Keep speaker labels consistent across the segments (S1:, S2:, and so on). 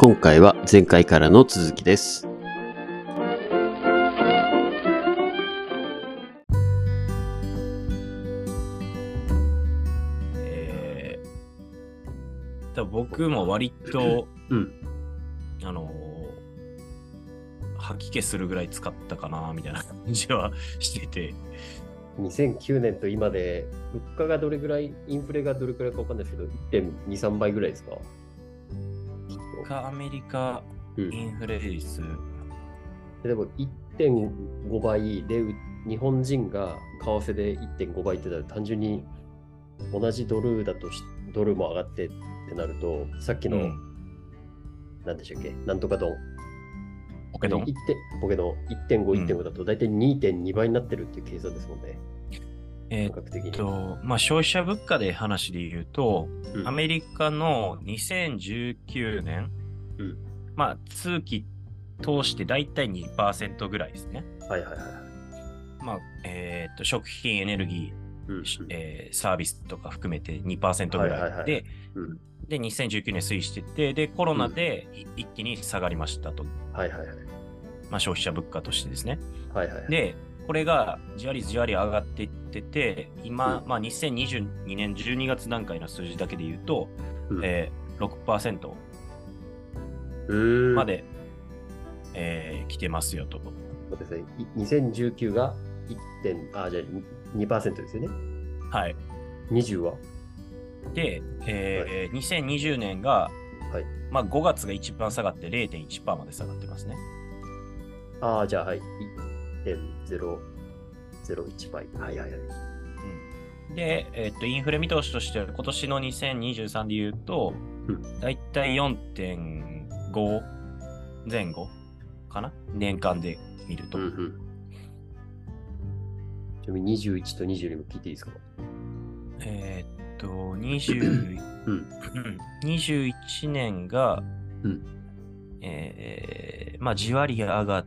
S1: 今回は前回からの続きです。
S2: 僕も割と、
S1: うん、
S2: 吐き気するぐらい使ったかなみたいな感じはしてて。
S3: 2009年と今で物価がどれぐらい、インフレがどれぐらいか分かんないですけど、1.2、3倍ぐらいですか？
S2: アメリカインフレ率、
S3: でも1.5倍で日本人が為替で 1.5 倍って言ったら単純に同じドルだとドルも上がってってなると、さっきの、何でしたっけ、なんとかドン
S2: ポケドン
S3: ポケドン 1.5、1.5 だと大体 2.2 倍になってるっていう計算ですもんね。感覚的に。
S2: 消費者物価で話で言うと、アメリカの2019年、通期通して大体 2% ぐらいですね。
S3: はいはいはい。
S2: 食品、エネルギー、サービスとか含めて 2% ぐらいで、で、2019年推移してて、で、コロナで一気に下がりましたと。消費者物価としてですね。で、これがじわりじわり上がっていってて、今、2022年12月段階の数字だけで言うと、6% まで、来てますよと。
S3: 2019が2% ですよね。
S2: はい。
S3: 20は
S2: で、2020年が、5月が一番下がって 0.1% まで下がってますね。
S3: じゃあ、1.001 倍。
S2: で、インフレ見通しとしては、今年の2023で言うと、だいたい 4.5 前後かな、年間で見ると。
S3: ちなみに21と22も聞いていいですか
S2: ？21年が、じわり上がって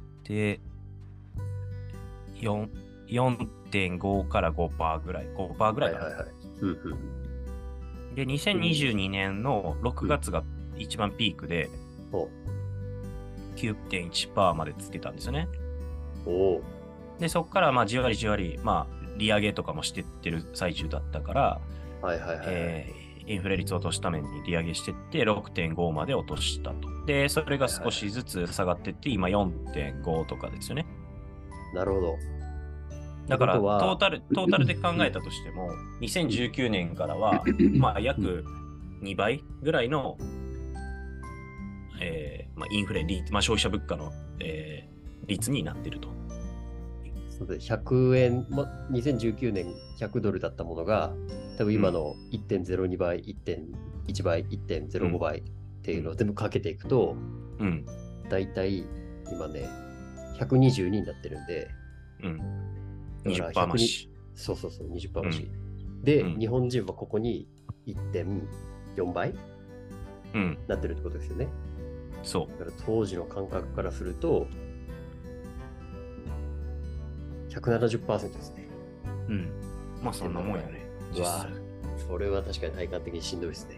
S2: 、4.5 から 5% ぐらい。5% ぐらいかな。で、2022年の6月が一番ピークで、9.1% までつけたんですよね。で、そこからじわりじわり、利上げとかもしてってる最中だったから、インフレ率を落とすために利上げしてって 6.5 まで落としたと。で、それが少しずつ下がってって、今 4.5 とかですよね。
S3: なるほど。
S2: だからトータルで考えたとしても、2019年からは、約2倍ぐらいの、インフレ率、消費者物価の、率になっていると。
S3: 100円、2019年100ドルだったものが、多分今の 1.02 倍、1.1 倍、1.05 倍っていうのを全部かけていくと、だいたい今ね、122になってるんで、
S2: 20% 増し。
S3: そう、20% 増し。で、日本人はここに 1.4 倍なってるってことですよね。
S2: そう。
S3: だから当時の感覚からすると、170% ですね。
S2: そんなもんやね。
S3: それは確かに体感的にしんどいですね。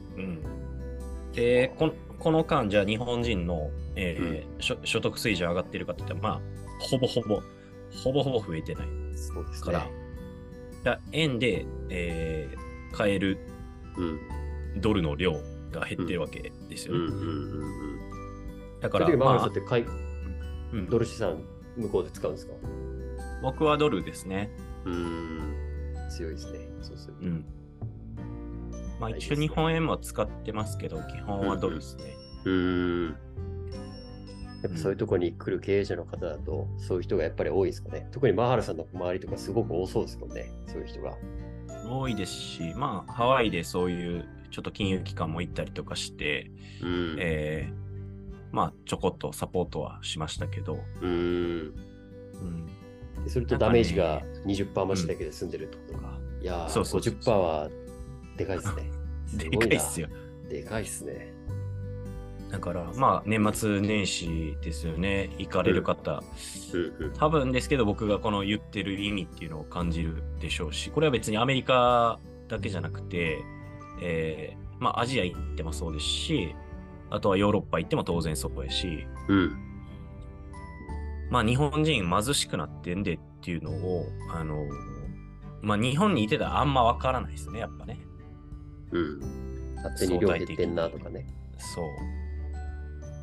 S2: で、この間、じゃあ日本人の、所得水準上がってるかって言ったら、ほぼほぼ増えてない。
S3: そうですね。
S2: から円で、買えるドルの量が減ってるわけですよね。だから、
S3: マールさんってドル資産向こうで使うんですか？
S2: 僕はドルですね。
S3: 強いですね。そうすると。
S2: 一応日本円も使ってますけど、基本はドルですね。
S3: やっぱそういうところに来る経営者の方だと、そういう人がやっぱり多いですかね。特にマハルさんの周りとかすごく多そうですもんね。そういう人が。
S2: 多いですし、ハワイでそういうちょっと金融機関も行ったりとかして、ちょこっとサポートはしましたけど。
S3: それとダメージが 20% 増しだけで済んでるってことか。いやー、50% はでかいですね。
S2: でかいっすよ。
S3: でかいっすね。
S2: だから年末年始ですよね、行かれる方、多分ですけど僕がこの言ってる意味っていうのを感じるでしょうし、これは別にアメリカだけじゃなくて、アジア行ってもそうですし、 あとはヨーロッパ行っても当然そうやし、
S1: うん。
S2: まあ日本人貧しくなってんでっていうのを、まあ日本にいてたらあんまわからないですね、やっぱね。
S3: うん。勝手に量減ってんなとかね。
S2: そう。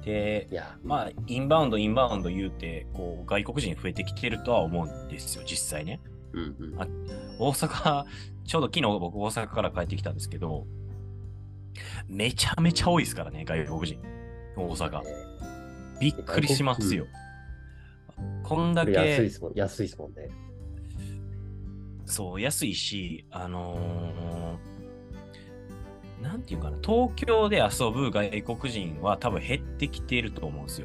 S2: で、まあインバウンド言うて、こう外国人増えてきてるとは思うんですよ、実際ね。
S3: うんうん、
S2: 大阪、ちょうど昨日僕大阪から帰ってきたんですけど、めちゃめちゃ多いですからね、外国人。大阪。びっくりしますよ。こんだけ。
S3: 安いっすもんね。
S2: そう、安いし、なんていうかな、東京で遊ぶ外国人は多分減ってきていると思うんですよ。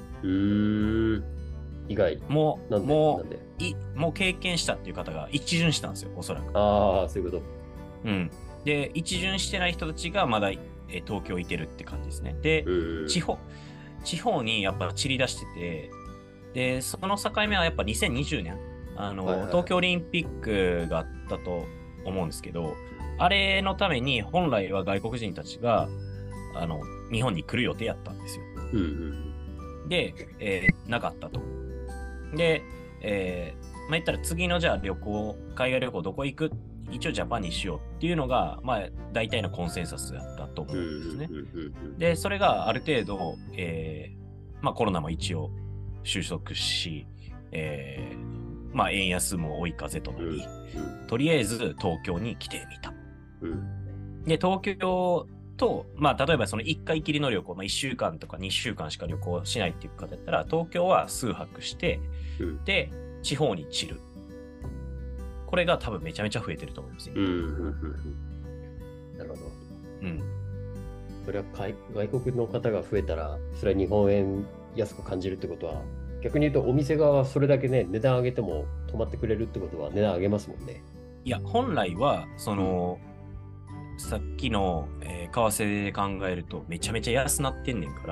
S3: 意外。
S2: もう経験したっていう方が一巡したんですよ、おそらく。
S3: ああ、そういうこと。
S2: うん。で、一巡してない人たちがまだ東京いてるって感じですね。で、地方にやっぱ散り出してて、で、その境目はやっぱ2020年、東京オリンピックがあったと思うんですけど、あれのために本来は外国人たちが、日本に来る予定やったんですよ。で、なかったと。で、まあ、言ったら次のじゃあ海外旅行どこ行く一応ジャパンにしようっていうのが、まあ、大体のコンセンサスだったと思うんですね。で、それがある程度、まあコロナも一応収束し、まあ円安も追い風となり、とりあえず東京に来てみた。で、東京と、まあ例えばその1回きりの旅行、まあ1週間とか2週間しか旅行しないっていう方だったら、東京は数泊して、で、地方に散る。これが多分めちゃめちゃ増えてると思いますね。
S3: なるほど。
S2: うん。
S3: それは外国の方が増えたら、それは日本円安く感じるってことは、逆に言うとお店側はそれだけね、値段上げても止まってくれるってことは値段上げますもんね。
S2: いや、本来は、さっきの、為替で考えるとめちゃめちゃ安なってんねんから、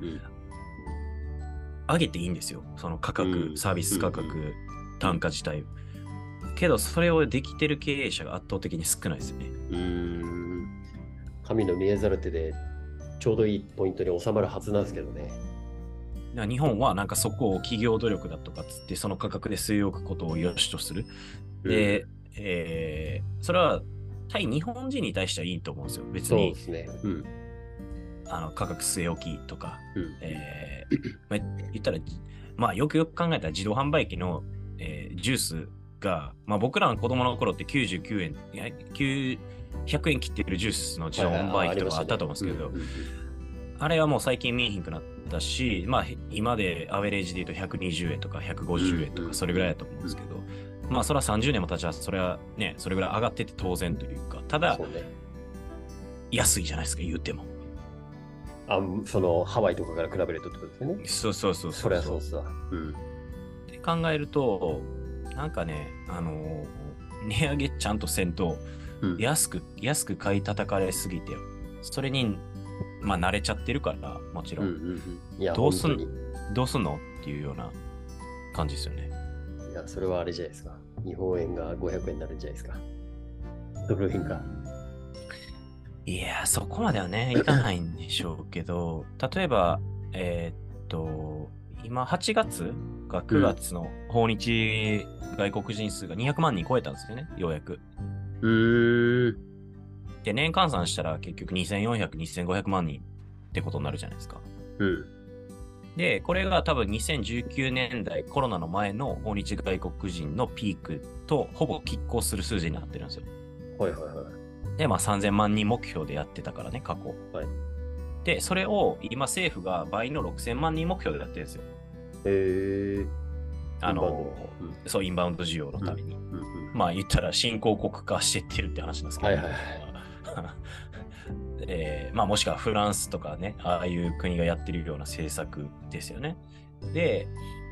S2: 上げていいんですよ。その価格、サービス価格、単価自体。けど、それをできてる経営者が圧倒的に少ないですよね。
S3: 神の見えざる手でちょうどいいポイントに収まるはずなんですけどね。
S2: 日本はなんかそこを企業努力だとかつってその価格で据え置くことを良しとする。で、それは対日本人に対してはいいと思うんですよ。別に。
S3: そうですね。
S2: 価格据え置きとか。まあ、言ったら、まあよく考えたら自動販売機の、ジュースが、まあ僕らの子供の頃って99円、100円切ってるジュースの自動販売機とかあったと思うんですけど、あれはもう最近見えへんくなったし、まあ今でアベレージで言うと120円とか150円とかそれぐらいだと思うんですけど、まあそれは30年も経ちはそれはね、それぐらい上がってて当然というか、ただ、安いじゃないですか、言うても。
S3: そのハワイとかから比べるとってことですね。
S2: そう。
S3: そりゃそうっすわ。
S2: って考えると、なんかね、値上げちゃんとせんと、安く買い叩かれすぎて、それに、まあ慣れちゃってるから、もちろん。どうすんのっていうような感じですよね。
S3: いや、それはあれじゃないですか。日本円が500円になるんじゃないですか。ドル円が。
S2: いや、そこまではね、いかないんでしょうけど、例えば、今8月か9月の訪日外国人数が200万人超えたんですよね、ようやく。で、年換算したら結局2400、2500万人ってことになるじゃないですか。で、これが多分2019年代コロナの前の訪日外国人のピークとほぼ拮抗する数字になってるんですよ。で、まあ3000万人目標でやってたからね、過去。で、それを今政府が倍の6000万人目標でやってるんですよ。そう、インバウンド需要のために。まあ言ったら新興国化してってるって話なんですけど。まあもしくはフランスとかね、ああいう国がやってるような政策ですよね。で、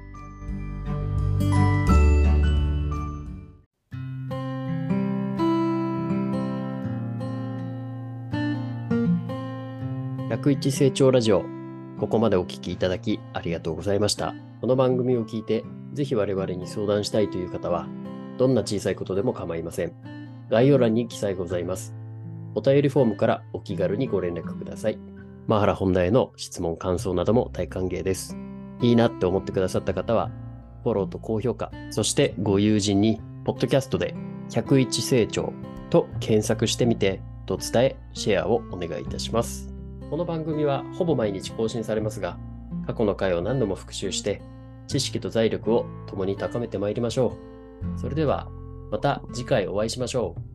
S3: 101成長ラジオ、ここまでお聞きいただきありがとうございました。この番組を聞いて、ぜひ我々に相談したいという方は、どんな小さいことでも構いません。概要欄に記載ございます。お便りフォームからお気軽にご連絡ください。 マハラ本題への質問、感想なども大歓迎です。いいなって思ってくださった方は、フォローと高評価、そしてご友人に、ポッドキャストで101成長と検索してみてと伝え、シェアをお願いいたします。この番組はほぼ毎日更新されますが、過去の回を何度も復習して、知識と財力を共に高めてまいりましょう。それでは、また次回お会いしましょう。